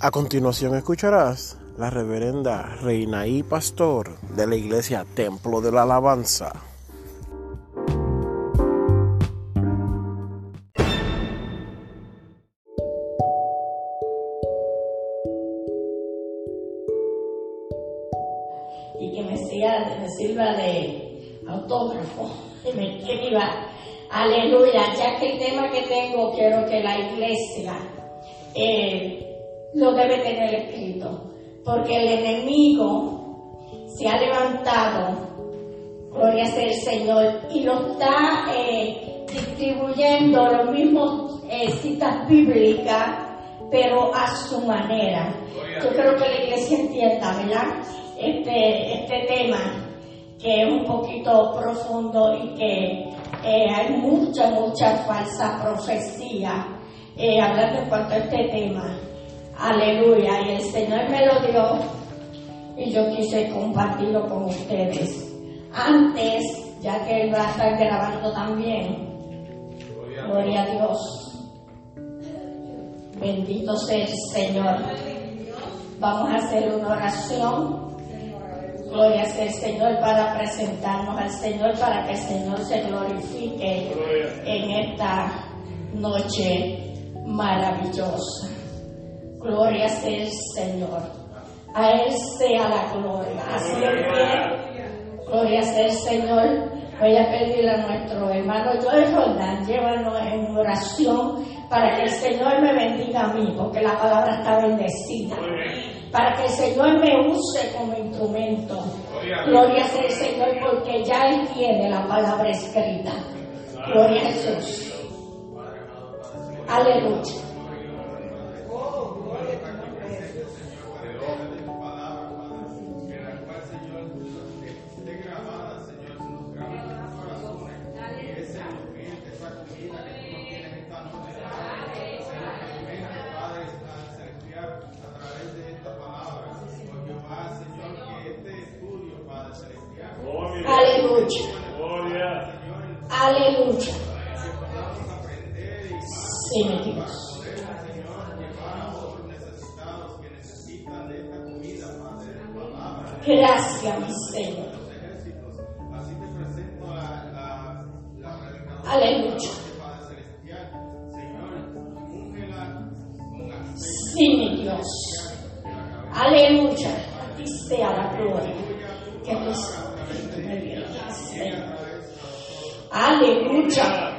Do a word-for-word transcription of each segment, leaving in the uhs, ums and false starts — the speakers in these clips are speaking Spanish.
A continuación escucharás la reverenda Reinaí Pastor de la Iglesia Templo de la Alabanza. Y que me, sea, me sirva de autógrafo, que me escriba, aleluya, ya que el tema que tengo quiero que la iglesia eh, lo debe tener escrito, porque el enemigo se ha levantado, gloria sea el Señor, y lo está eh, distribuyendo los mismos eh, citas bíblicas, pero a su manera. Yo creo que la iglesia entienda, ¿verdad? Este, este tema, que es un poquito profundo y que eh, hay mucha, mucha falsa profecía eh, hablando en cuanto a este tema. Aleluya, y el Señor me lo dio y yo quise compartirlo con ustedes. Antes, ya que Él va a estar grabando también, gloria a Dios, bendito sea el Señor. Vamos a hacer una oración, gloria sea el Señor, para presentarnos al Señor, para que el Señor se glorifique en esta noche maravillosa. Gloria sea el Señor. A Él sea la gloria. Así es bien. Gloria sea el Señor. Voy a pedirle a nuestro hermano Joel Roldán, llévanos en oración para que el Señor me bendiga a mí, porque la palabra está bendecida. Para que el Señor me use como instrumento. Gloria sea el Señor, porque ya Él tiene la palabra escrita. Gloria a Jesús. Aleluya. Aleluya. Aleluya. Sí, mi Dios. Gracias, mi Señor. Aleluya. Sí, mi Dios. Aleluya. A ti sea la gloria. Que tu Espíritu me dirija, Señor. Aleluya.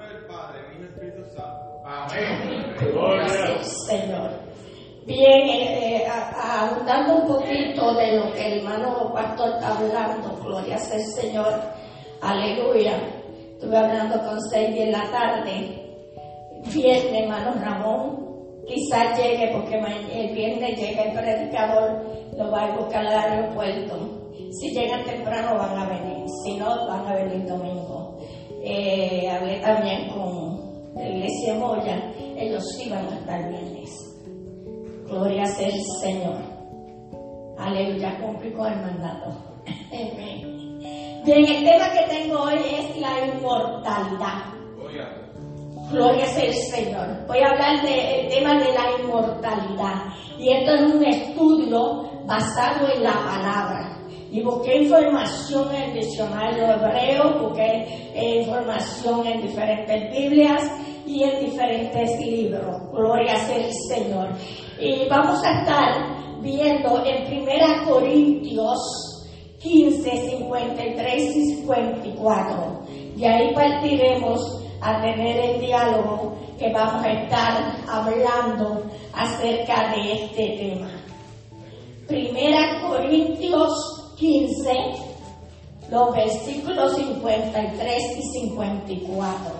Gloria al Señor. Bien, eh, ahondando un poquito de lo que el hermano pastor está hablando, gloria sea el Señor. Aleluya. Estuve hablando con Sadie en la tarde. Viernes, hermano Ramón. Quizás llegue, porque el viernes llega el predicador, lo va a buscar al aeropuerto. Si llegan temprano van a venir, si no van a venir domingo. Eh, hablé también con la iglesia Moya, ellos sí van a estar viernes. Gloria sea el Señor. Aleluya, cumplí con el mandato. Amén. Bien, el tema que tengo hoy es la inmortalidad. Gloria sea el Señor. Voy a hablar del tema de la inmortalidad. Y esto es un estudio basado en la palabra. Y busqué información en el diccionario hebreo, busqué eh, información en diferentes Biblias y en diferentes libros. Gloria sea el Señor. Y vamos a estar viendo en primera Corintios quince, cincuenta y tres y cincuenta y cuatro. Y ahí partiremos a tener el diálogo que vamos a estar hablando acerca de este tema. Primera Corintios quince, los versículos cincuenta y tres y cincuenta y cuatro.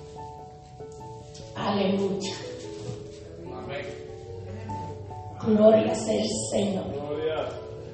Aleluya. Amén. Gloria sea el Señor. Gloria.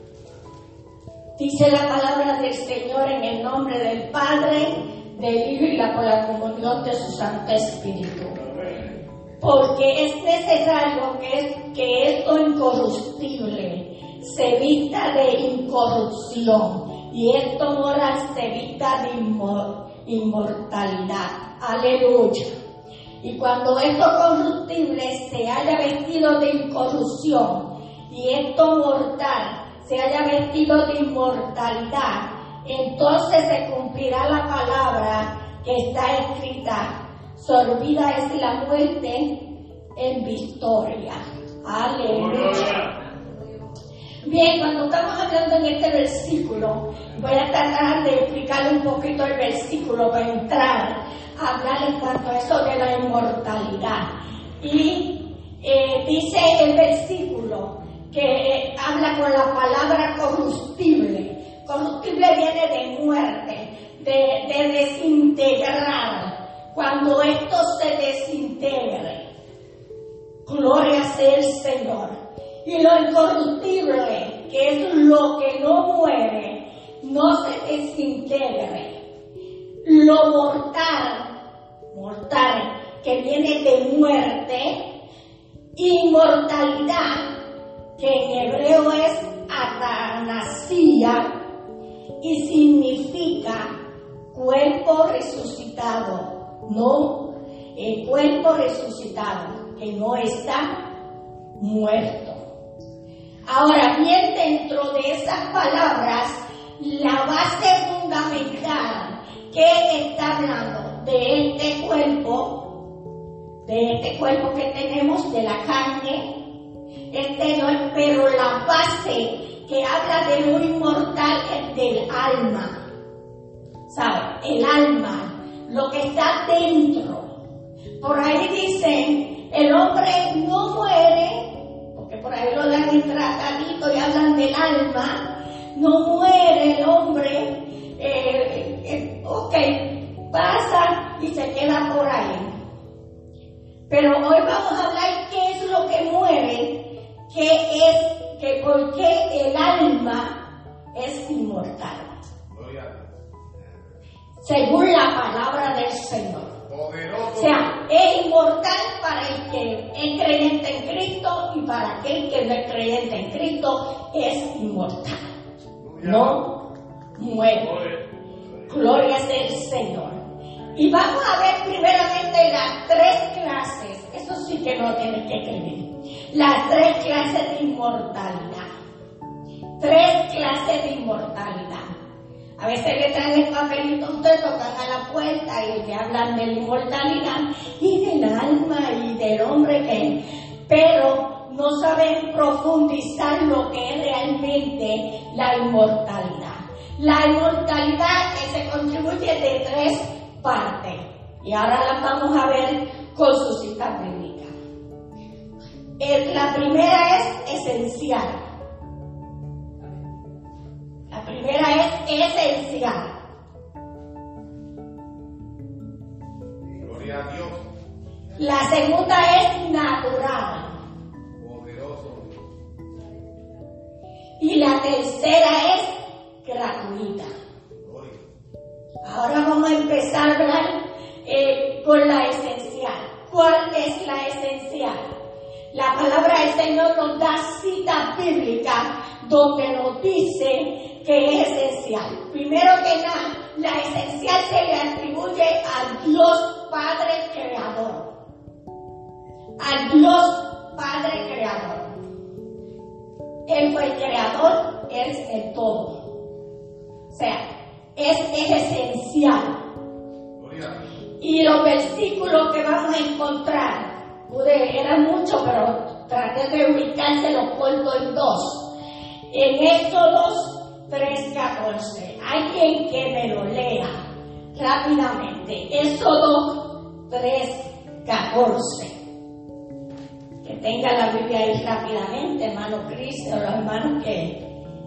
Dice la palabra del Señor en el nombre del Padre, del Hijo y la, por la comunión de su Santo Espíritu. Amén. Porque es necesario que, que esto incorruptible se vista de incorrupción y esto moral se vista de inmor, inmortalidad. Aleluya. Y cuando esto corruptible se haya vestido de incorrupción y esto mortal se haya vestido de inmortalidad, entonces se cumplirá la palabra que está escrita: sorbida es la muerte en victoria. Aleluya. Bien, cuando estamos hablando en este versículo, voy a tratar de explicar un poquito el versículo para entrar a hablar en cuanto a eso de la inmortalidad. Y eh, dice el versículo que eh, habla con la palabra corruptible. Corruptible viene de muerte, de, de desintegrar. Cuando esto se desintegre, gloria sea el Señor. Y lo incorruptible, que es lo que no muere, no se desintegre. Lo mortal, mortal, que viene de muerte, inmortalidad, que en hebreo es atanasía y significa cuerpo resucitado, no, el cuerpo resucitado, que no está muerto. Ahora bien, dentro de esas palabras, la base fundamental que está hablando de este cuerpo, de este cuerpo que tenemos, de la carne exterior, pero la base que habla de lo inmortal es del alma. ¿Sabe? El alma, lo que está dentro. Por ahí dicen, el hombre no muere, por ahí lo dan en tratadito y hablan del alma. No muere el hombre, eh, eh, ok, pasa y se queda por ahí. Pero hoy vamos a hablar qué es lo que muere, qué es, que por qué el alma es inmortal. Según la palabra del Señor. O sea, es inmortal para el que es creyente en Cristo, y para aquel que no es creyente en Cristo es inmortal. No muere. Gloria sea el Señor. Y vamos a ver primeramente las tres clases, eso sí que no tienes que creer, las tres clases de inmortalidad. Tres clases de inmortalidad. A veces le traen el papelito a usted, tocan a la puerta y le hablan de la inmortalidad y del alma y del hombre que... Pero no saben profundizar lo que es realmente la inmortalidad. La inmortalidad se contribuye de tres partes. Y ahora las vamos a ver con su cita bíblica. La primera es esencial. La primera es esencial. Gloria a Dios. La segunda es natural. Poderoso. Y la tercera es gratuita. Gloria. Ahora vamos a empezar a hablar eh, con la esencial. ¿Cuál es la esencial? La palabra del Señor nos da cita bíblica donde nos dice que es esencial. Primero que nada, la esencial se le atribuye a Dios Padre Creador. A Dios Padre Creador. Él fue el creador, Él es el todo. O sea, es, es esencial. Y los versículos que vamos a encontrar, pude, eran muchos, pero traté de ubicárselos corto en dos. En Éxodo tres catorce, alguien que me lo lea rápidamente. Éxodo tres catorce. Que tenga la Biblia ahí rápidamente, hermano Cristo, los hermanos que...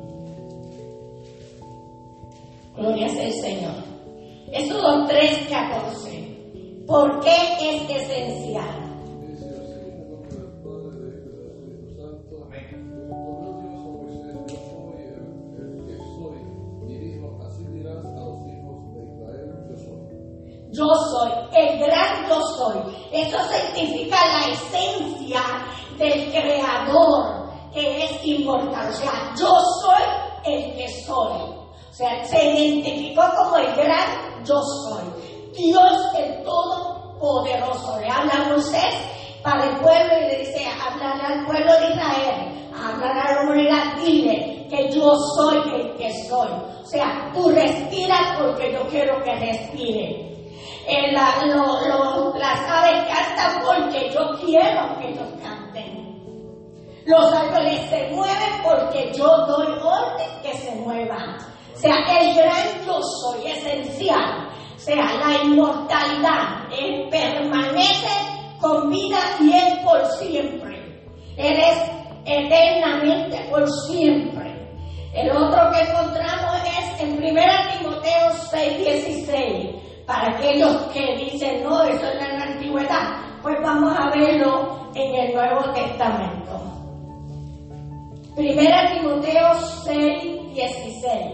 Gloria sea el Señor. Éxodo tres catorce. ¿Por qué es esencial? Yo soy, el gran yo soy. Eso significa la esencia del Creador, que es inmortal. O sea, yo soy el que soy. O sea, se identificó como el gran yo soy. Dios el Todopoderoso. poderoso. Le habla a Moisés para el pueblo y le dice, hablar al pueblo de Israel, hablar a la humanidad, dile que yo soy el que soy. O sea, tú respiras porque yo quiero que respire. Eh, la, lo, lo, las aves cantan porque yo quiero que ellos canten. Los árboles se mueven porque yo doy orden que se muevan. O sea, el gran yo soy esencial. O sea, la inmortalidad, Él permanece con vida y Él por siempre. Él es eternamente por siempre. El otro que encontramos es en primera Timoteo seis dieciséis. Para aquellos que dicen, no, eso es en la antigüedad, pues vamos a verlo en el Nuevo Testamento. Primera Timoteo seis dieciséis.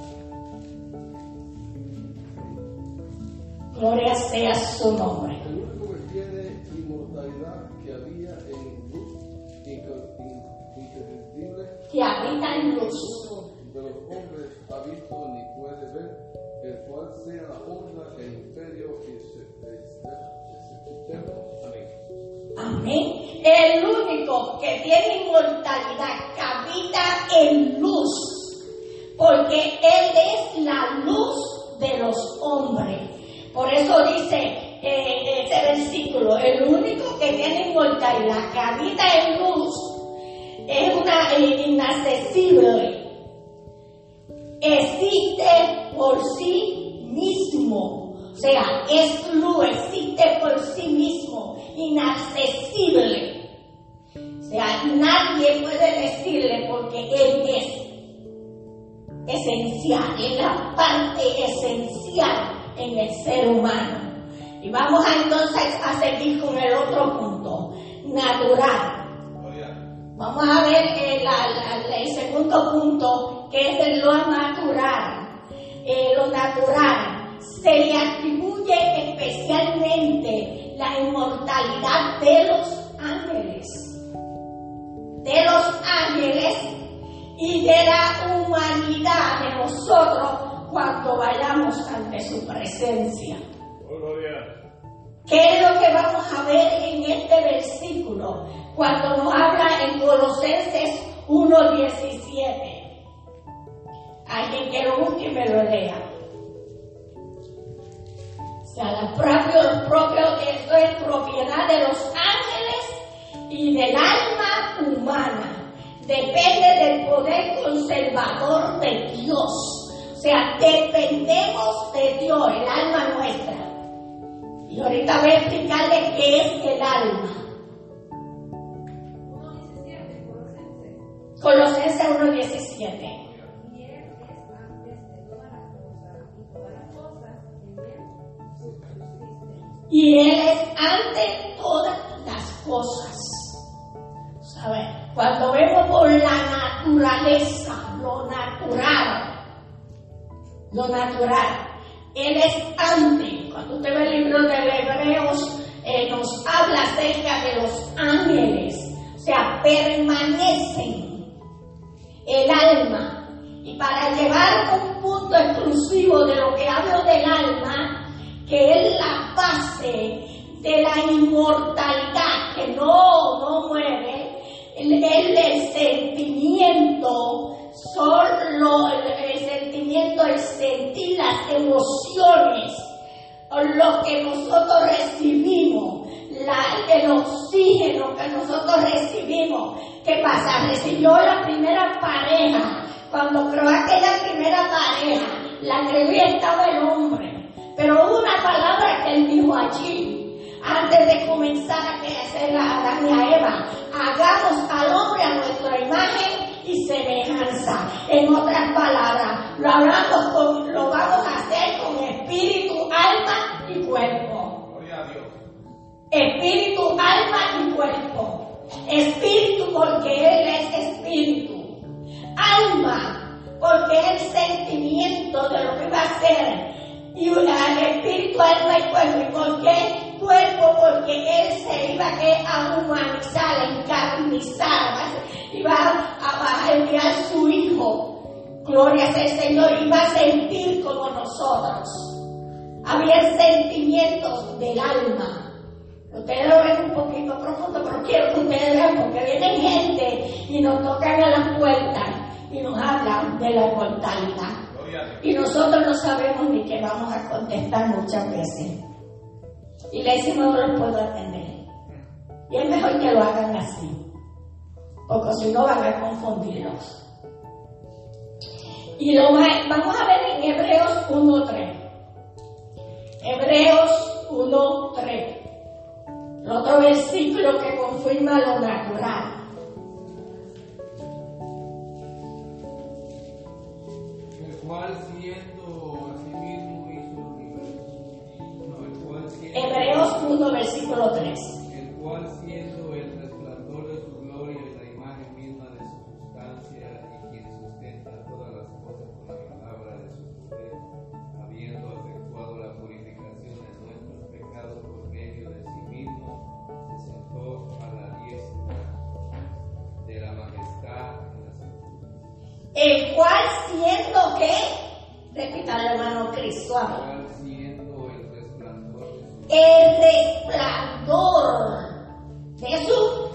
Gloria sea su nombre. El único que tiene inmortalidad que había en luz incorruptible, Que habita en luz. de los hombres ha visto ni puede ver, el cual sea la honra, el imperio y el eterno. Amén. Amén. El único que tiene inmortalidad, que habita en luz, porque Él es la luz de los hombres. Por eso dice eh, ese versículo, el único que tiene inmortalidad, que habita en luz, es una eh, inaccesible. Existe por sí mismo, o sea, es luz, existe por sí mismo, inaccesible. O sea, nadie puede decirle porque Él es esencial, es la parte esencial en el ser humano. Y vamos a, entonces a seguir con el otro punto, natural. Vamos a ver eh, la, la, el segundo punto, que es de lo natural. Eh, lo natural se le atribuye especialmente la inmortalidad de los ángeles, de los ángeles y de la humanidad de nosotros cuando vayamos ante su presencia. ¿Qué es lo que vamos a ver en este versículo? Cuando nos habla en Colosenses uno diecisiete. Alguien que lo busque y me lo lea. O sea, la propio, propio, esto es propiedad de los ángeles y del alma humana. Depende del poder conservador de Dios. O sea, dependemos de Dios, el alma nuestra. Y ahorita voy a explicarles qué es el alma. Colosenses uno diecisiete. Y Él es antes de todas las cosas, y todas las cosas en Él subsisten. Y Él es ante todas las cosas. ¿Saben? Cuando vemos por la naturaleza, lo natural, lo natural, Él es ante. Cuando usted ve el libro de Hebreos, eh, nos habla acerca de los ángeles. O sea, permanecen el alma. Y para llevar un punto exclusivo de lo que hablo del alma, que es la base de la inmortalidad, que no, no muere, el, el, el sentimiento, solo el, el sentimiento, el sentir las emociones, lo que nosotros recibimos, la, el oxígeno que nosotros recibimos. ¿Qué pasa? Recibió la primera pareja. Cuando creó aquella primera pareja, la creó y estaba el hombre. Pero hubo una palabra que él dijo allí, antes de comenzar a hacer a Adán y a Eva: hagamos al hombre a nuestra imagen y semejanza. En otras palabras, lo hablamos con, lo vamos a hacer con espíritu, alma y cuerpo. Gloria a Dios. Espíritu, alma y cuerpo. Espíritu porque Él es espíritu. Alma porque es el sentimiento de lo que va a ser. Y el espíritu, alma y cuerpo. ¿Y por qué cuerpo? Porque Él se iba a humanizar, a encarnizar, iba a, a enviar su Hijo. Gloria sea el Señor. Y va a sentir como nosotros. había sentimientos del alma. Ustedes lo ven un poquito profundo, pero quiero que ustedes vean, porque vienen gente y nos tocan a las puertas y nos hablan de la inmortalidad. Y nosotros no sabemos ni qué vamos a contestar muchas veces. Y le decimos, no los puedo atender. Y es mejor que lo hagan así, porque si no van a confundirlos. Y lo va, vamos a ver en Hebreos uno tres. Hebreos uno tres. El otro versículo que confirma lo natural. El cual siendo a sí mismo hizo el universo. No, el cual siendo, Hebreos uno versículo tres. el cual siendo el resplandor de su gloria y la imagen misma de su sustancia, y quien sustenta todas las cosas con la palabra de su poder, habiendo efectuado la purificación de nuestros pecados por medio de sí mismo, se sentó a la diestra de la majestad en las alturas. El cual siendo que, repita hermano Cristo, El cual siendo el resplandor de su el resplandor de su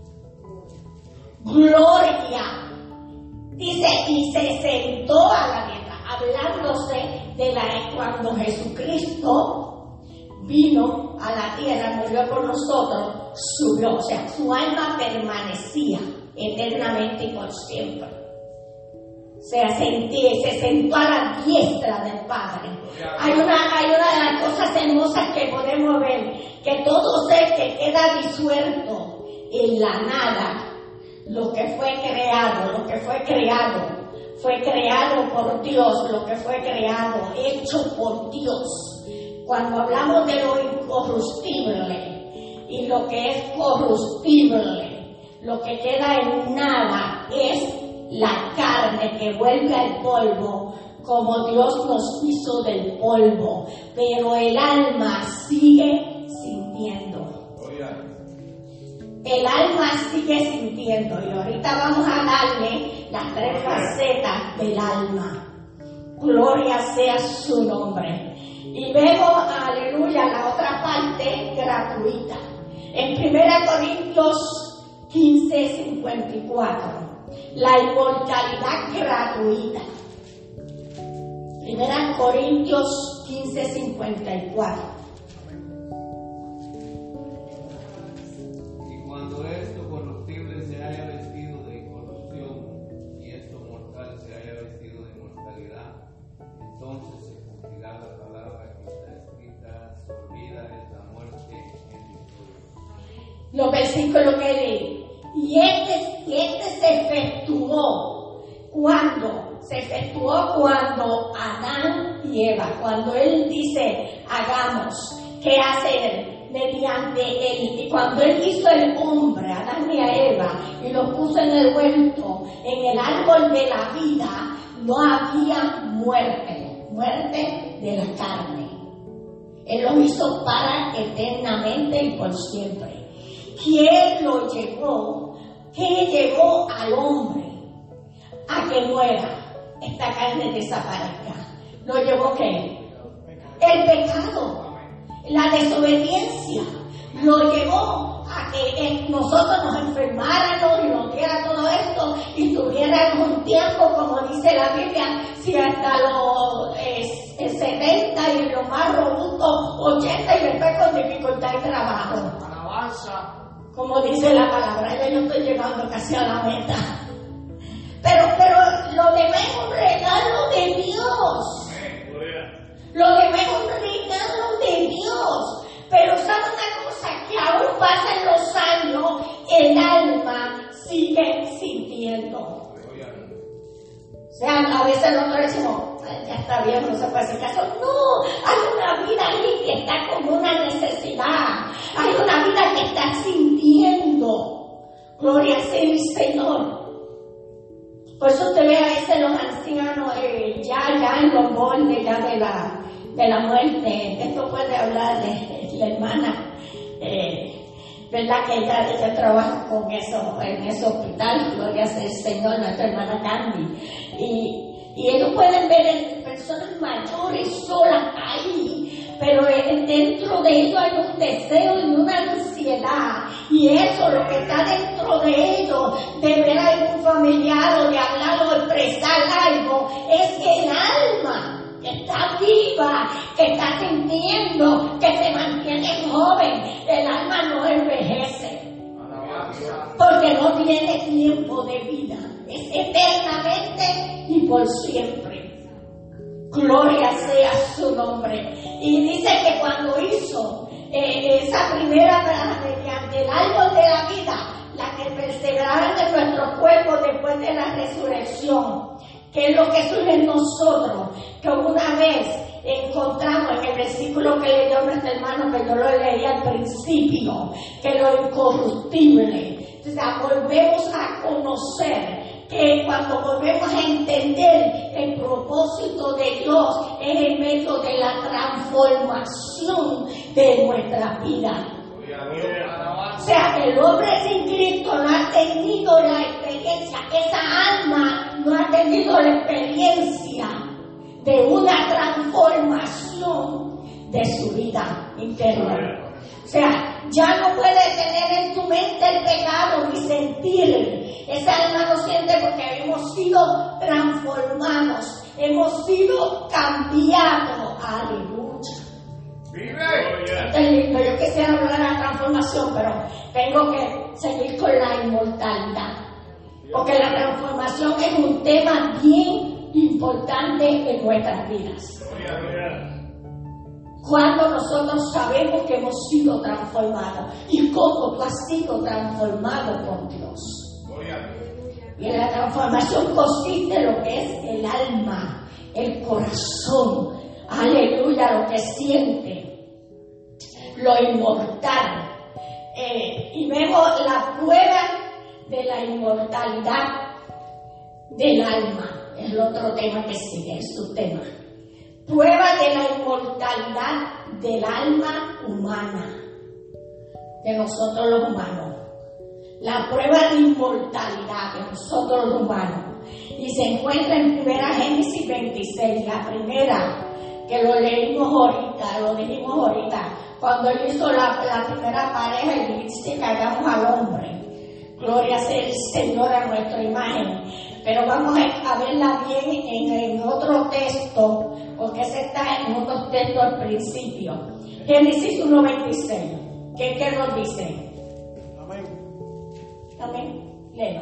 gloria, dice, y se sentó a la diestra, hablándose de la cuando Jesucristo vino a la tierra, murió por nosotros, subió, o sea, su alma permanecía eternamente y por siempre. Se, sentía, se sentó a la diestra del Padre. Hay una, hay una de las cosas hermosas que podemos ver, que todo ser que queda disuelto en la nada, lo que fue creado, lo que fue creado, fue creado por Dios, lo que fue creado, hecho por Dios. Cuando hablamos de lo incorruptible y lo que es corruptible, lo que queda en nada es la carne que vuelve al polvo, como Dios nos hizo del polvo, pero el alma sigue sintiendo. El alma sigue sintiendo, y ahorita vamos a darle las tres facetas del alma. Gloria sea su nombre. Y vemos, aleluya, la otra parte gratuita. En primera Corintios quince cincuenta y cuatro. La inmortalidad gratuita. Primera Corintios quince cincuenta y cuatro. Y cuando esto corruptible se haya vestido de incorrupción y esto mortal se haya vestido de inmortalidad, entonces se cumplirá la palabra que está escrita: sorbida es la muerte en victoria. Los versículos que leí. Y este, y este se efectuó cuando, se efectuó cuando Adán y Eva, cuando él dice, hagamos, ¿qué hace él? Mediante él, y cuando él hizo el hombre, Adán y a Eva, y los puso en el huerto, en el árbol de la vida, no había muerte, muerte de la carne. Él lo hizo para eternamente y por siempre. ¿Quién lo llevó? ¿Qué llevó al hombre a que muera? Esta carne desaparezca. ¿Lo llevó qué? El pecado, la desobediencia. Lo llevó a que nosotros nos enfermáramos y nos diera todo esto y tuviéramos un tiempo, como dice la Biblia, si hasta los eh, setenta y lo más robusto ochenta y después con dificultad y trabajo. Alabanza. Como dice la palabra, ya yo estoy llegando casi a la meta. Pero, pero lo demás es un regalo de Dios. Lo demás es un regalo de Dios. Pero ¿sabe una cosa? Que aún pasan los años, el alma sigue sintiendo. O sea, a veces nosotros decimos, ya está bien, no se puede hacer caso. No, hay una vida ahí que está con una necesidad. Hay una vida que está sintiendo. Gloria sea el Señor. Por eso usted ve a veces los ancianos eh, ya, ya en los bordes ya de la, de la muerte. Esto puede hablar de, de la hermana, eh, ¿verdad? Que ella, ella trabaja con eso, en ese hospital. Gloria sea el Señor, nuestra hermana Candy. Y, y ellos pueden ver personas mayores solas ahí, dentro de ellos hay un deseo y una ansiedad, y eso, lo que está dentro de ellos, de ver a algún familiar o de hablar o expresar algo, es el alma que está viva, que está sintiendo, que se mantiene joven. El alma no envejece, porque no tiene tiempo de vida, es eternamente y por siempre. Gloria sea su nombre. Y dice que cuando hizo eh, esa primera mediante el árbol de la vida, la que perseveraron de nuestros cuerpos después de la resurrección, que es lo que surge en nosotros, que una vez encontramos en el versículo que leyó nuestro hermano, que yo lo leí al principio, que lo incorruptible, o sea, volvemos a conocer, que cuando volvemos a entender el propósito de Dios es en medio de la transformación de nuestra vida. O sea, el hombre sin Cristo no ha tenido la experiencia, esa alma no ha tenido la experiencia de una transformación de su vida interior. O sea, ya no puede tener en tu mente el pecado ni sentir. Esa alma no siente porque hemos sido transformados, hemos sido cambiados. Aleluya. Vive. Yo quisiera hablar de la transformación, pero tengo que seguir con la inmortalidad, porque la transformación es un tema bien importante en nuestras vidas. Cuando nosotros sabemos que hemos sido transformados y cómo tú has sido transformado por Dios. Y en la transformación consiste lo que es el alma, el corazón, aleluya, lo que siente, lo inmortal. Eh, y vemos la prueba de la inmortalidad del alma. Es el otro tema que sigue, es su tema. Prueba de la inmortalidad del alma humana, de nosotros los humanos. La prueba de inmortalidad de nosotros los humanos. Y se encuentra en primera Génesis veintiséis, la primera, que lo leímos ahorita, lo dijimos ahorita, cuando él hizo la, la primera pareja y dice que hagamos al hombre. Gloria sea el Señor a nuestra imagen. Pero vamos a verla bien en, en otro texto, porque ese está en otro texto al principio. Génesis uno veintiséis. ¿Qué, qué nos dice? Amén. Amén. Léelo.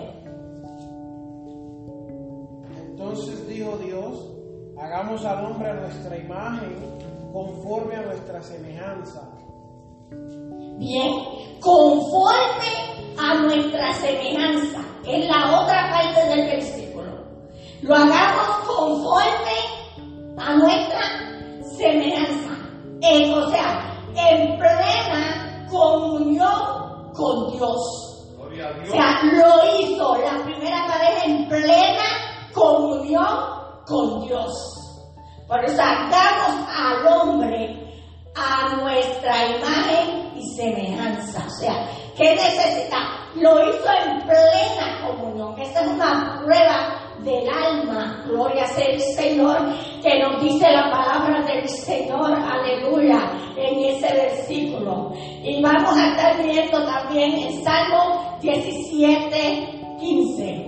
Entonces dijo Dios: hagamos al hombre a nuestra imagen, conforme a nuestra semejanza. Bien, conforme a nuestra semejanza, que es la otra parte del versículo. Lo hagamos conforme a nuestra semejanza. Eh, o sea, en plena comunión con Dios. O sea, lo hizo la primera pareja en plena comunión con Dios. Por eso hagamos al hombre a nuestra imagen y semejanza. O sea, ¿qué necesita? Lo hizo en plena comunión. Esa es una prueba del alma. Gloria sea el Señor, que nos dice la palabra del Señor, aleluya, en ese versículo. Y vamos a estar viendo también en Salmo diecisiete, quince.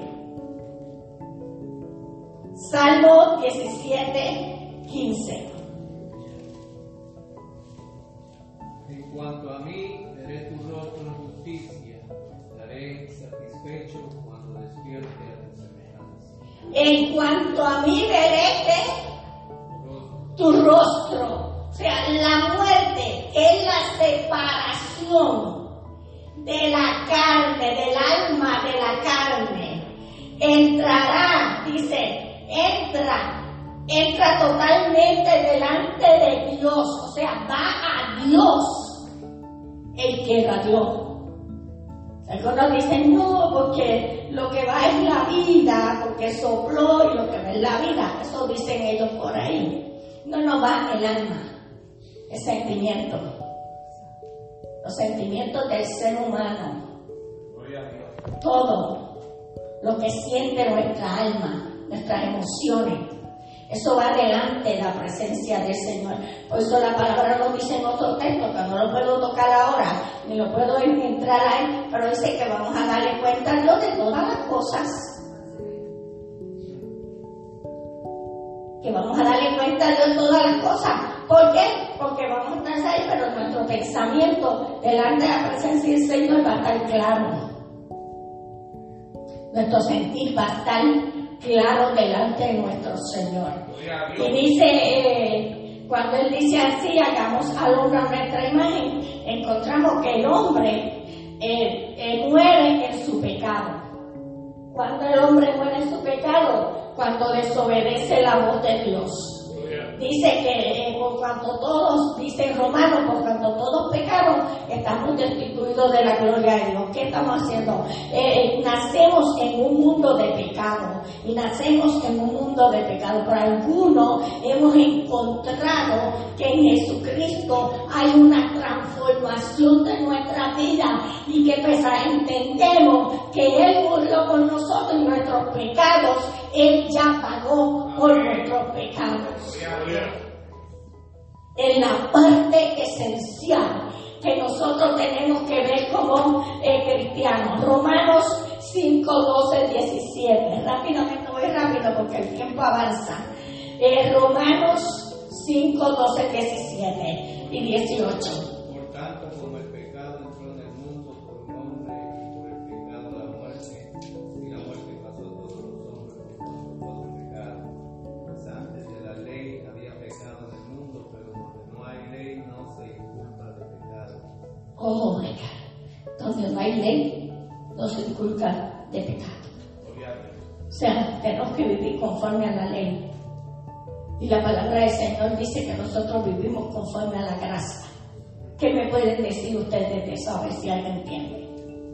Salmo diecisiete, quince. En cuanto a mí, veré tu rostro en justicia, estaré satisfecho cuando despierte a tu semejanza. En cuanto a mí, veré que tu rostro, o sea, la muerte es la separación de la carne, del alma de la carne. Entrará, dice, entra, entra totalmente delante de Dios, o sea, va a Dios el que la dio. Algunos dicen, no, porque lo que va es la vida, porque sopló y lo que va es la vida. Eso dicen ellos por ahí. No, no va el alma, el sentimiento. Los sentimientos del ser humano. Todo lo que siente nuestra alma, nuestras emociones. Eso va delante de la presencia del Señor. Por eso la palabra lo dice en otro texto, que no lo puedo tocar ahora, ni lo puedo entrar ahí, pero dice que vamos a darle cuenta a Dios de todas las cosas. Que vamos a darle cuenta a Dios de todas las cosas. ¿Por qué? Porque vamos a estar ahí, pero nuestro pensamiento delante de la presencia del Señor va a estar claro. Nuestro sentir va a estar claro delante de nuestro Señor. Y dice, eh, cuando Él dice así, hagamos al hombre a nuestra imagen, encontramos que el hombre eh, eh, muere en su pecado. Cuando el hombre muere en su pecado, cuando desobedece la voz de Dios. Dice que eh, por cuanto todos, dice en Romanos, por cuanto todos pecaron, estamos destituidos de la gloria de Dios. ¿Qué estamos haciendo? Eh, nacemos en un mundo de pecado y nacemos en un mundo de pecado. Por algunos hemos encontrado que en Jesucristo hay una transformación de nuestra vida y que pues entendemos que Él murió por nosotros y nuestros pecados, Él ya pagó por nuestros pecados. En la parte esencial que nosotros tenemos que ver como eh, cristianos. Romanos cinco, doce, diecisiete. Rápidamente, voy rápido porque el tiempo avanza. Eh, Romanos cinco, doce, diecisiete y dieciocho. Por tanto, como el pecado entró en el mundo por un hombre y por el pecado la muerte, y la muerte pasó a todos los hombres por cuanto todos pecaron. Pues antes de la ley había pecado en el mundo, pero donde no hay ley no se inculpa de pecado. Oh my God. Donde no hay ley, no se inculca de pecado. O sea, tenemos que vivir conforme a la ley. Y la palabra del Señor dice que nosotros vivimos conforme a la gracia. ¿Qué me pueden decir ustedes de eso? A ver si alguien entiende.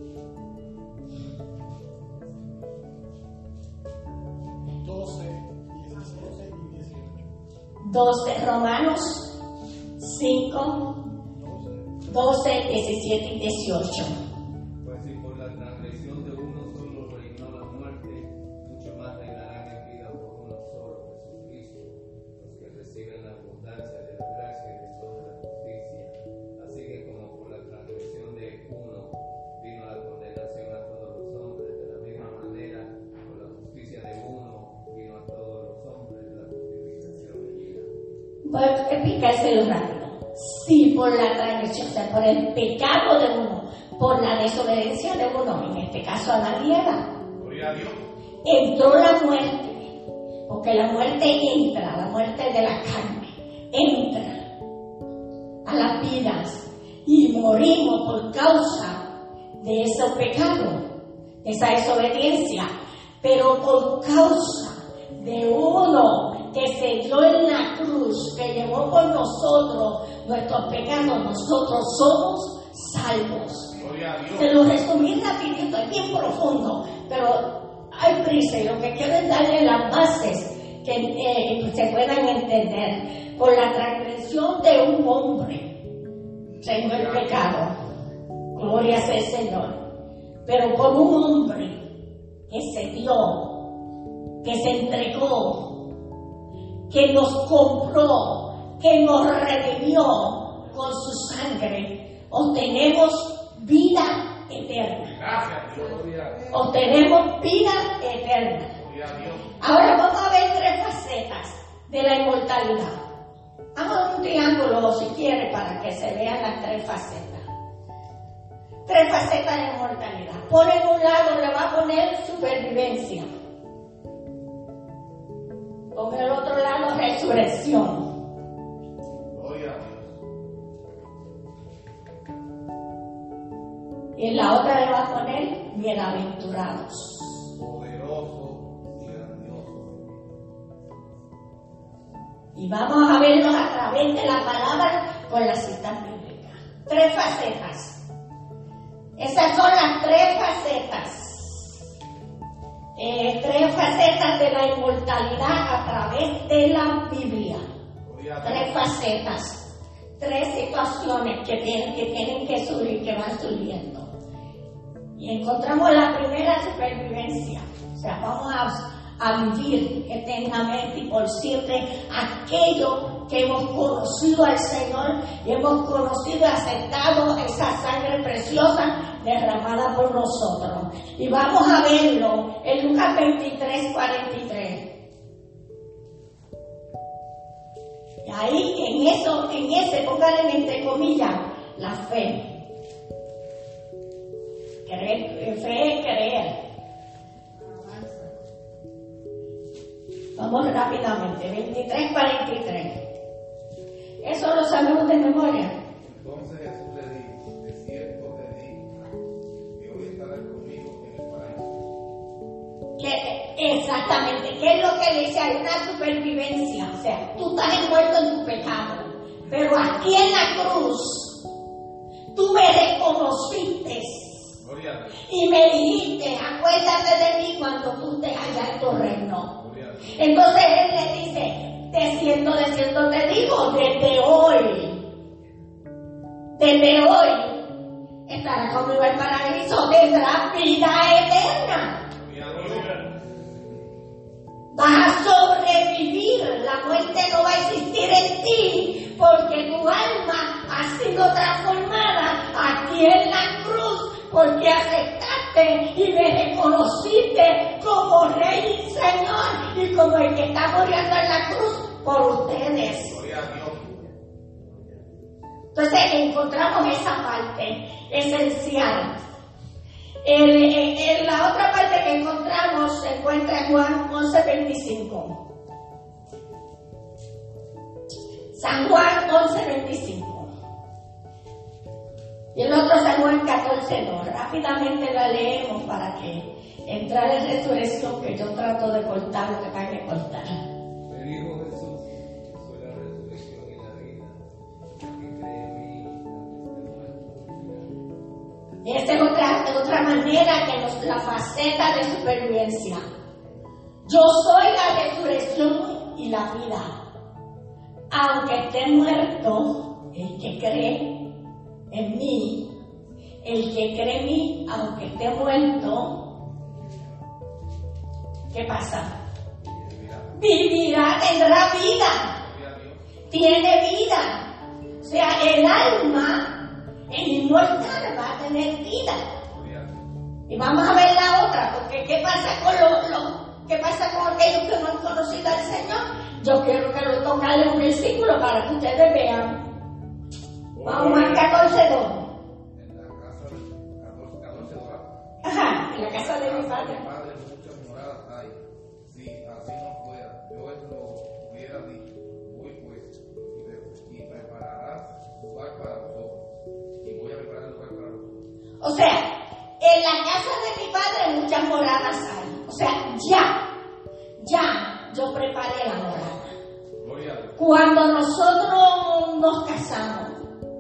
doce, diecisiete y dieciocho. doce, Romanos cinco, doce, diecisiete y dieciocho. Pues si por la transgresión de uno solo reinó la muerte, mucho más reinarán en vida por uno solo, Jesucristo, los que reciben la abundancia de la gracia y el don de la justicia. Así que como por la transgresión de uno vino la condenación a todos los hombres, de la misma manera, por la justicia de uno vino a todos los hombres la justificación de vida. Voy a explicárselo rápido. Sí, por la transgresión, o sea, por el pecado de uno, por la desobediencia de uno, en este caso Adán y Eva, Gloria a Dios. entró la muerte, porque la muerte entra, la muerte de la carne, entra a las vidas y morimos por causa de ese pecado, de esa desobediencia, pero por causa de uno que se dio en la cruz, que llevó por nosotros nuestros pecados, nosotros somos salvos. Gloria a Dios. Se lo resumí rapidito, es bien profundo, pero hay prisa y lo que quiero es darle las bases que eh, se puedan entender. Por la transgresión de un hombre se dio el pecado, gloria sea el Señor, pero por un hombre que se dio, que se entregó, que nos compró, que nos redimió con su sangre, obtenemos vida eterna. Gracias, Dios. Obtenemos vida eterna. Gloria a Dios. Ahora vamos a ver tres facetas de la inmortalidad. Vamos a un triángulo, si quiere, para que se vean las tres facetas. Tres facetas de la inmortalidad. Por en un lado le va a poner supervivencia. Con el otro lado, resurrección. Gloria a Dios. Y en la otra le va a poner bienaventurados. Poderoso y grandioso. Y vamos a verlos a través de la palabra con las citas bíblicas. Tres facetas. Esas son las tres facetas. Eh, tres facetas de la inmortalidad a través de la Biblia. Gloria a Tres Dios. facetas, tres situaciones que tienen que, tienen que subir, que van subiendo. Y encontramos la primera, supervivencia. O sea, vamos a, a vivir eternamente y por siempre aquello que hemos conocido al Señor y hemos conocido y aceptado esa sangre preciosa derramada por nosotros. Y vamos a verlo en Lucas veintitrés, cuarenta y tres. Y ahí en eso, en ese, pónganle entre comillas, la fe. Creer, fe es creer. Vamos rápidamente, veintitrés, cuarenta y tres. Eso lo sabemos de memoria. Entonces Jesús le dijo, de cierto te digo, que hoy estarás conmigo en el paraíso. Que, exactamente, ¿qué es lo que le dice? Hay una supervivencia, o sea, tú estás envuelto en tu pecado, pero aquí en la cruz, tú me reconociste y me dijiste, acuérdate de mí cuando tú te hallas en tu reino. Entonces él le dice, de cierto, de cierto te digo, desde hoy, desde hoy, estarás conmigo en el paraíso, tendrás vida eterna. Vas a sobrevivir, la muerte no va a existir en ti, porque tu alma ha sido transformada aquí en la cruz, porque aceptaste y me reconociste como Rey y Señor y como el que está muriendo en la cruz por ustedes. Entonces encontramos esa parte esencial. En, en, en la otra parte que encontramos se encuentra en Juan once veinticinco. San Juan once veinticinco. Y el otro San Juan catorce dos. Rápidamente la leemos para que entrar en resurrección, que yo trato de cortar lo que tenga que cortar. Le dijo Jesús, soy la resurrección y la vida. El que cree en mí, aunque esté muerto, Esta es otra, otra manera que nos, la faceta de supervivencia. Yo soy la resurrección y la vida. Aunque esté muerto, el que cree en mí, el que cree en mí, aunque esté muerto, ¿qué pasa? Vivirá, tendrá vida, tiene vida. O sea, el alma, el inmortal, va a tener vida. Y vamos a ver la otra, porque ¿qué pasa con lo, lo qué pasa con aquellos que no han conocido al Señor? Yo quiero que lo toque un versículo para que ustedes vean. Vamos al catorce dos. En la casa de catorce dos. Ajá, en la casa de mi padre. Mi padre muchas moradas hay. Si así no fuera, yo os lo hubiera dicho. Voy pues y, y prepararás lugar para vosotros. Y voy a preparar el lugar para vosotros. O sea, en la casa de mi padre muchas moradas hay. O sea, ya, ya yo preparé la morada. Gloria a Dios. Cuando nosotros nos casamos,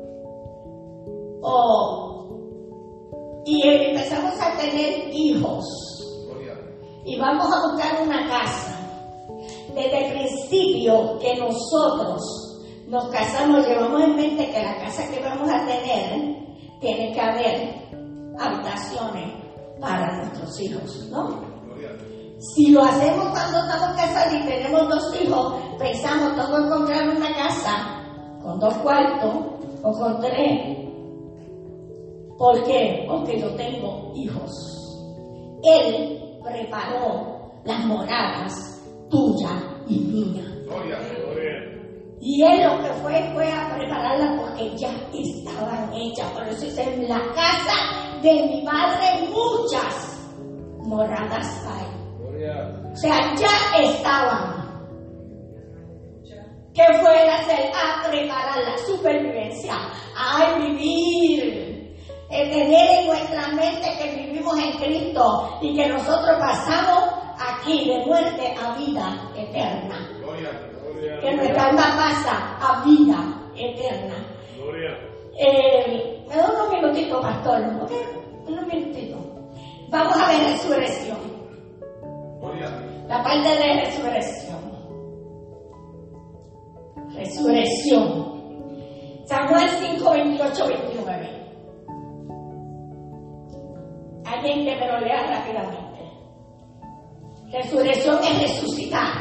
oh, y empezamos a tener hijos, Gloria a Dios. y vamos a buscar una casa, desde el principio que nosotros nos casamos, llevamos en mente que la casa que vamos a tener tiene que haber habitaciones para nuestros hijos, ¿no? Gloria a Dios. Si lo hacemos cuando estamos casados y tenemos dos hijos, pensamos todos encontrar una casa con dos cuartos o con tres. ¿Por qué? Porque yo tengo hijos. Él preparó las moradas tuya y mía. Gloria a Dios. Y él lo que fue fue a prepararlas porque ya estaban hechas. Por eso dice, en la casa de mi padre muchas moradas hay. O sea, ya estaban. ¿Qué fue el hacer? A preparar la supervivencia, a vivir, el tener en nuestra mente que vivimos en Cristo y que nosotros pasamos aquí de muerte a vida eterna. Gloria a Dios. Que nuestra alma pasa a vida eterna. Eh, me da unos minutitos, pastor, ¿ok? Unos minutitos. Vamos a ver resurrección. Gloria a Dios. La parte de resurrección. Resurrección. San Juan cinco, veintiocho, veintinueve. Alguien que me lo lea rápidamente. Resurrección es resucitar.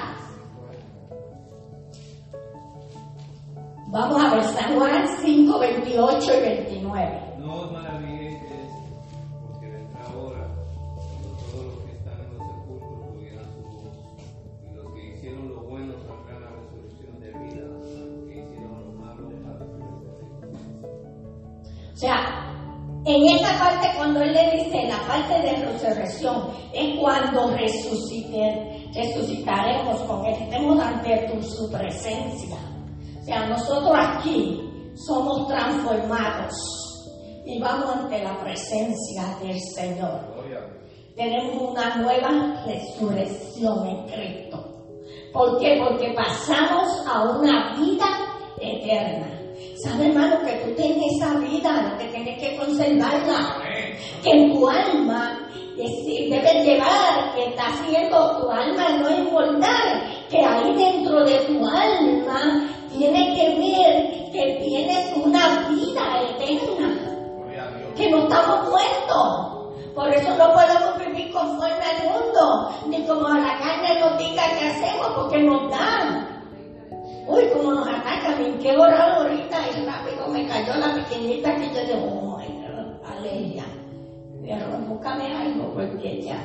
Vamos a ver San Juan cinco, veintiocho y veintinueve. No os maravilléis de esto, porque vendrá hora cuando todos los que están en los sepulcros oirán su voz, y los que hicieron lo bueno saldrán a la resurrección de vida, y los que hicieron lo malo a la resurrección. O sea, en esta parte cuando él le dice, la parte de resurrección, es cuando resucite, resucitaremos con él, estemos ante tu, su presencia. O sea, nosotros aquí somos transformados y vamos ante la presencia del Señor. Tenemos una nueva resurrección en Cristo. ¿Por qué? Porque pasamos a una vida eterna. ¿Sabe, hermano, que tú tienes esa vida, que tienes que conservarla? Que en tu alma debes llevar, que está haciendo tu alma no inmortal, que ahí dentro de tu alma tienes que ver que tienes una vida eterna, que no estamos muertos. Por eso no podemos vivir conforme al mundo, ni como a la carne nos diga que hacemos, porque nos dan. Uy, como nos atacan, ¿en qué orar ahorita? Y rápido me cayó la pequeñita que yo digo, oh my God, aleluya. Pero búscame algo, porque ya.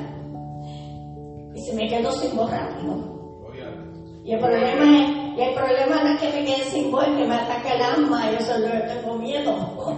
Y se me quedó sin voz rápido. Y el problema es, y el problema no es que me quede sin voz, que me ataque el alma, y eso yo tengo miedo.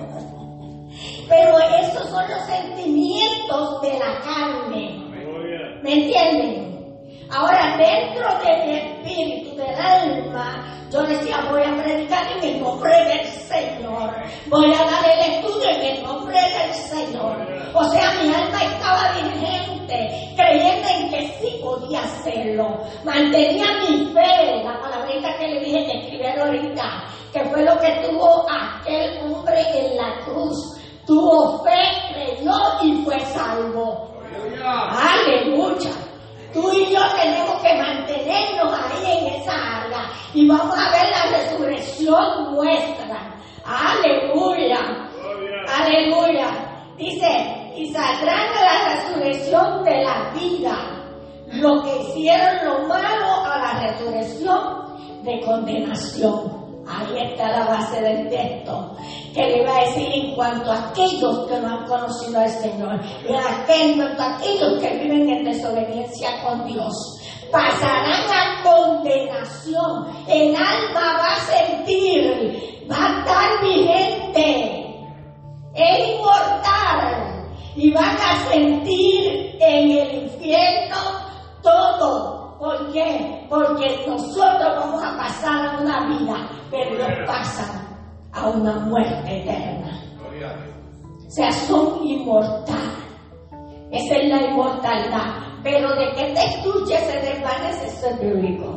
Pero esos son los sentimientos de la carne. ¿Me entienden? Ahora, dentro de mi espíritu, del alma, yo decía, voy a predicar en el nombre del Señor. Voy a dar el estudio en el nombre del Señor. O sea, mi alma estaba diligente, creyendo en que sí podía hacerlo. Mantenía mi fe, la palabrita que le dije que escribiera ahorita, que fue lo que tuvo aquel hombre en la cruz. Tuvo fe, creyó y fue salvo. Aleluya. Tú y yo tenemos que mantenernos ahí en esa área y vamos a ver la resurrección nuestra. Aleluya. Aleluya. Dice, y saldrán a la resurrección de la vida los que hicieron lo malo a la resurrección de condenación. Ahí está la base del texto, que le iba a decir en cuanto a aquellos que no han conocido al Señor, y en cuanto a aquellos que viven en desobediencia con Dios, pasarán a condenación. El alma va a sentir, va a estar vigente, es inmortal, y van a sentir en el infierno todo. ¿Por qué? Porque nosotros vamos a pasar a una vida, pero ellos pasan a una muerte eterna. O sea, son inmortales. Esa es la inmortalidad. Pero de que te escuche se desvanece, eso es bíblico.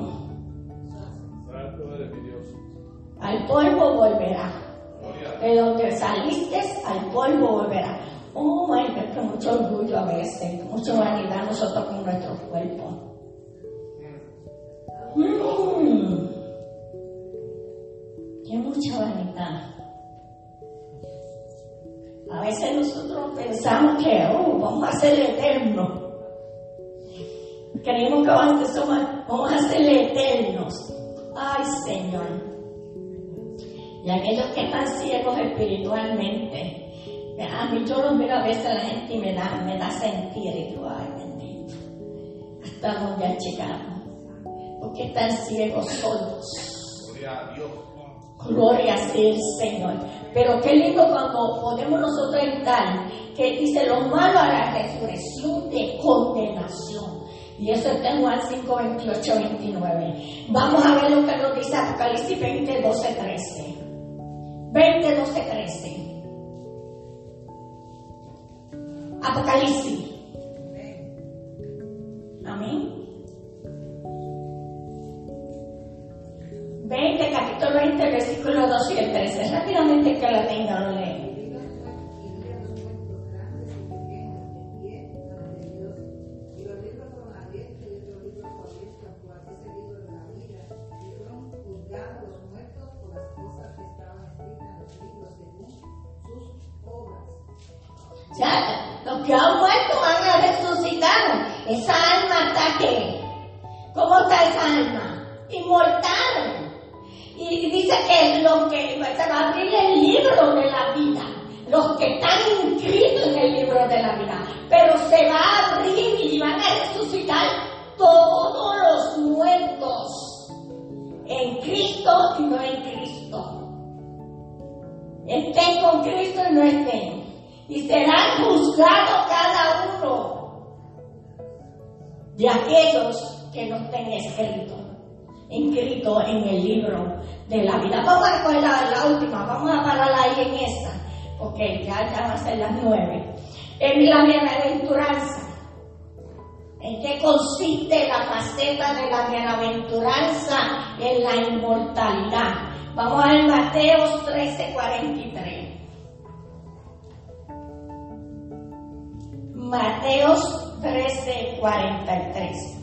Al polvo volverá. De donde saliste, al polvo volverá. Oh, my God, que mucho orgullo a veces, mucha vanidad nosotros con nuestro cuerpo. Mm. Qué mucha vanidad. A veces nosotros pensamos que oh, vamos a ser eternos. Creemos que vamos a, somos, vamos a ser eternos. Ay, Señor. Y aquellos que están ciegos espiritualmente, a mí yo los miro a veces a la gente y me da, me da sentir. Y digo, ay, bendito. Hasta donde han llegado. Porque están ciegos solos. Gloria a Dios. Gloria sea el Señor. Pero qué lindo cuando podemos nosotros entrar, que dice lo malo a la resurrección de condenación. Y eso está en Juan cinco, veintiocho, veintinueve. Vamos a ver lo que nos dice Apocalipsis veinte, doce, trece. veinte, doce, trece. Apocalipsis. Amén. veinte, capítulo veinte, versículo doce y el trece. Rápidamente que la tenga, lo lee. O sea, los que han muerto van a resucitar. Esa alma está que ¿Cómo está esa alma? Inmortal. Y dice que los que se va a abrir el libro de la vida, los que están inscritos en el libro de la vida, pero se va a abrir y van a resucitar todos los muertos en Cristo y no en Cristo. Estén con Cristo y no estén. Y serán juzgados cada uno de aquellos que no estén escritos, inscritos en el libro de la vida. Vamos a coger la, la última, vamos a parar ahí en esa, porque ya, ya van a ser las nueve. En la bienaventuranza. ¿En qué consiste la faceta de la bienaventuranza? En la inmortalidad. Vamos a ver Mateo trece cuarenta y tres. Mateo trece cuarenta y tres.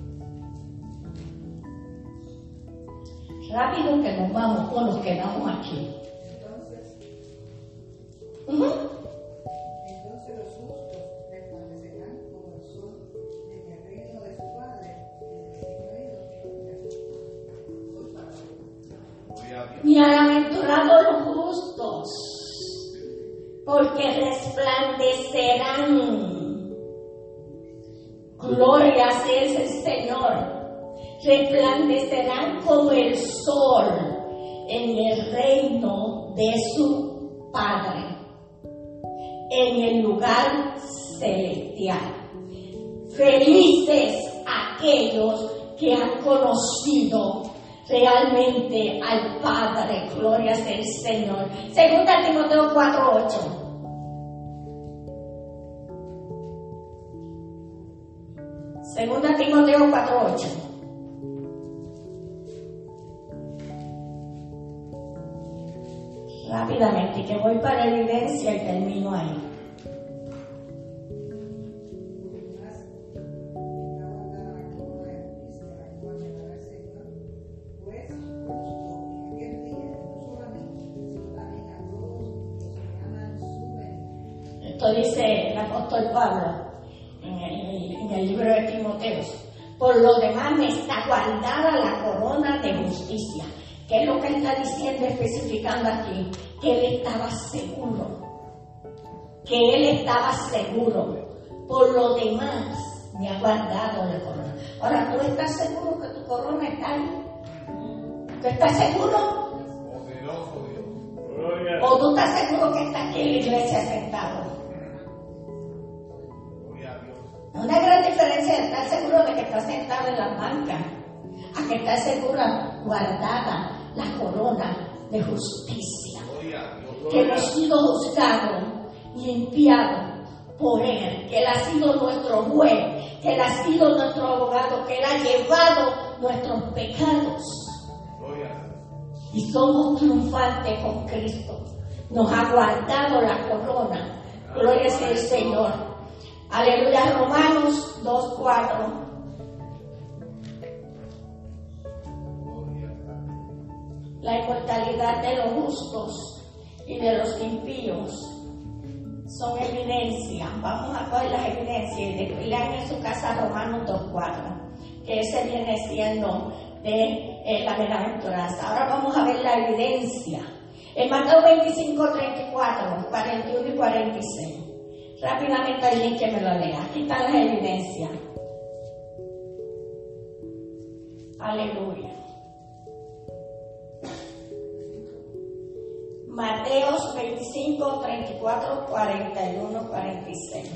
Rápido que nos vamos o nos quedamos aquí. Entonces, Uh-huh. entonces los justos resplandecerán como el sol en el reino de su Padre y del reino de Bienaventurados los justos, porque resplandecerán. Gloria sea el Señor. Resplandecerán como el sol en el reino de su Padre, en el lugar celestial. Felices aquellos que han conocido realmente al Padre. Gloria sea el Señor. Segunda Timoteo cuatro ocho. Segunda Timoteo cuatro ocho. Rápidamente, que voy para evidencia y termino ahí. Esto dice el apóstol Pablo en el, en el libro de Timoteo. Por lo demás me está guardada la corona de justicia. ¿Qué es lo que está diciendo, especificando aquí? Que él estaba seguro. Que él estaba seguro. Por lo demás me ha guardado la corona. Ahora, ¿tú estás seguro que tu corona está ahí? ¿Tú estás seguro? ¿O tú estás seguro que está aquí en la iglesia sentado? Una gran diferencia de estar seguro de que está sentado en la banca a que estar segura guardada la corona de justicia, que hemos sido juzgados, limpiados por Él, que Él ha sido nuestro juez, que Él ha sido nuestro abogado, que Él ha llevado nuestros pecados y somos triunfantes con Cristo. Nos ha guardado la corona. Gloria sea el Señor. Aleluya. Romanos dos cuatro. La inmortalidad de los justos y de los impíos son evidencia. Vamos a coger las evidencias y lean en su casa Romanos dos cuatro, que ese viene siendo de eh, la bienaventuranza. Ahora vamos a ver la evidencia. En Mateo veinticinco treinta y cuatro, cuarenta y uno y cuarenta y seis. Rápidamente alguien que me lo lea. Aquí están las evidencias. Aleluya. Mateos veinticinco, treinta y cuatro, cuarenta y uno, cuarenta y seis.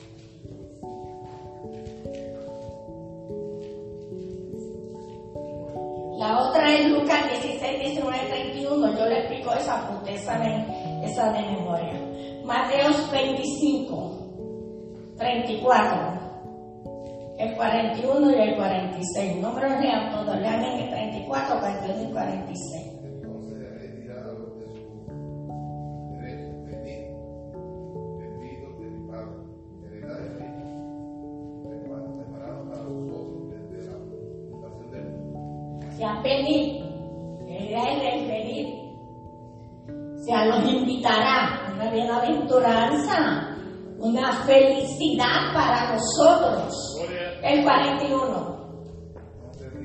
La otra es Lucas dieciséis, diecinueve, treinta y uno. Yo le explico esa, apunté esa de, esa de memoria. Mateos veinticinco, treinta y cuatro, el cuarenta y uno y el cuarenta y seis. No me lo lean todos, lean en el treinta y cuatro, cuarenta y uno y cuarenta y seis. Entonces le dirá a los de su derecho, venid, benditos de mi Padre, heredad de reino, preparado para vosotros desde la fundación del mundo. Se han venido, Él es venir. Se los invitará, una bienaventuranza, una felicidad para nosotros. El cuarenta y uno. Entonces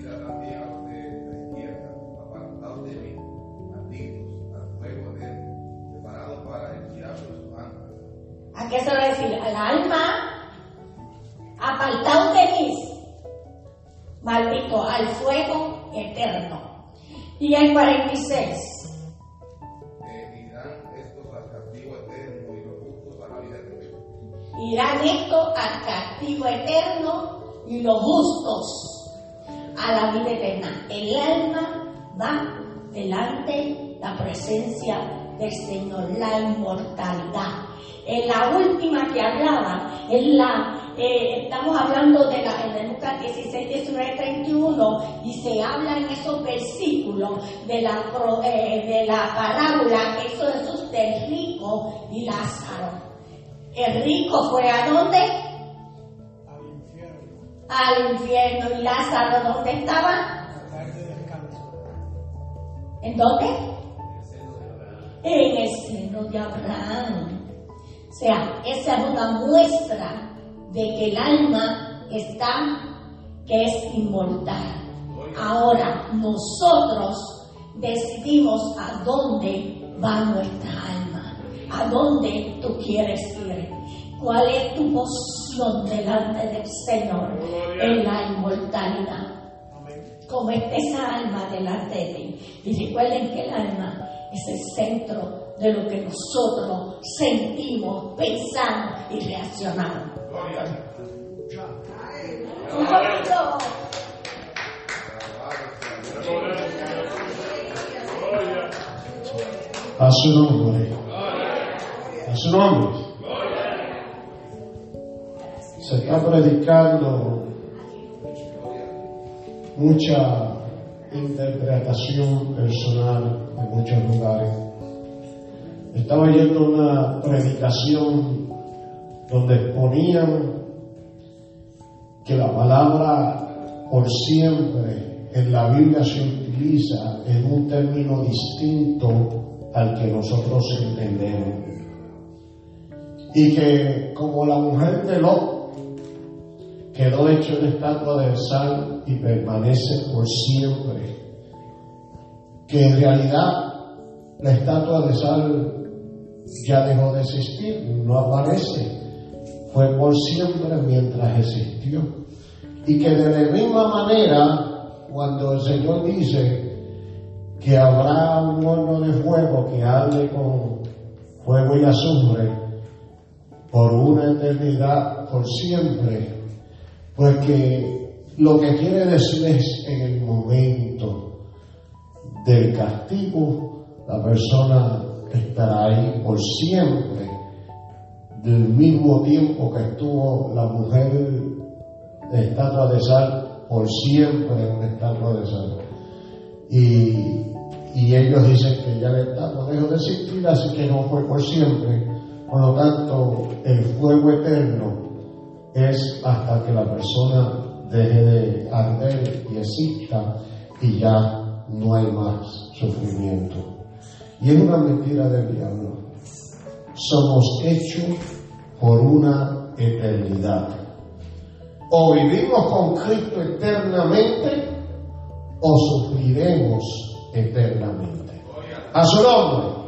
qué se va a decir? Al alma, apartado de mí, maldito, al fuego eterno. Y el cuarenta y seis. Eh, irán estos al castigo eterno y los justos a la vida eterna. Irán estos al castigo eterno y los justos a la vida eterna. El alma va delante de la presencia del Señor, la inmortalidad. En la última que hablaba, en la, eh, estamos hablando de la en Lucas dieciséis, diecinueve, treinta y uno, y se habla en esos versículos de la, eh, de la parábola que hizo Jesús del rico y Lázaro. El rico fue ¿a dónde? Al infierno. Al infierno. ¿Y Lázaro dónde estaba? Lugar de descanso. ¿En dónde? En el seno de Abraham. O sea, esa es una muestra de que el alma está, que es inmortal. Ahora nosotros decidimos a dónde va nuestra alma, a dónde tú quieres ir, cuál es tu posición delante del Señor en la inmortalidad. Como está esa alma delante de ti. Y recuerden que el alma es el centro de lo que nosotros sentimos, pensamos y reaccionamos. Un poquito. A su nombre. A su nombre. Se está predicando mucha interpretación personal en muchos lugares. Estaba oyendo una predicación donde exponían que la palabra por siempre en la Biblia se utiliza en un término distinto al que nosotros entendemos. Y que como la mujer de Lot quedó hecha una estatua de sal y permanece por siempre, que en realidad la estatua de sal ya dejó de existir, no aparece, fue por siempre mientras existió. Y que de la misma manera, cuando el Señor dice que habrá un horno de fuego que arde con fuego y azufre por una eternidad, por siempre, pues que lo que quiere decir es en el momento del castigo, la persona estará ahí por siempre, del mismo tiempo que estuvo la mujer de estatua de sal, por siempre en una estatua de sal. Y, y ellos dicen que ya la estatua dejó de existir, así que no fue por siempre. Por lo tanto, el fuego eterno es hasta que la persona deje de arder y exista y ya no hay más sufrimiento. Y es una mentira del diablo. Somos hechos por una eternidad. O vivimos con Cristo eternamente o sufriremos eternamente. A su nombre.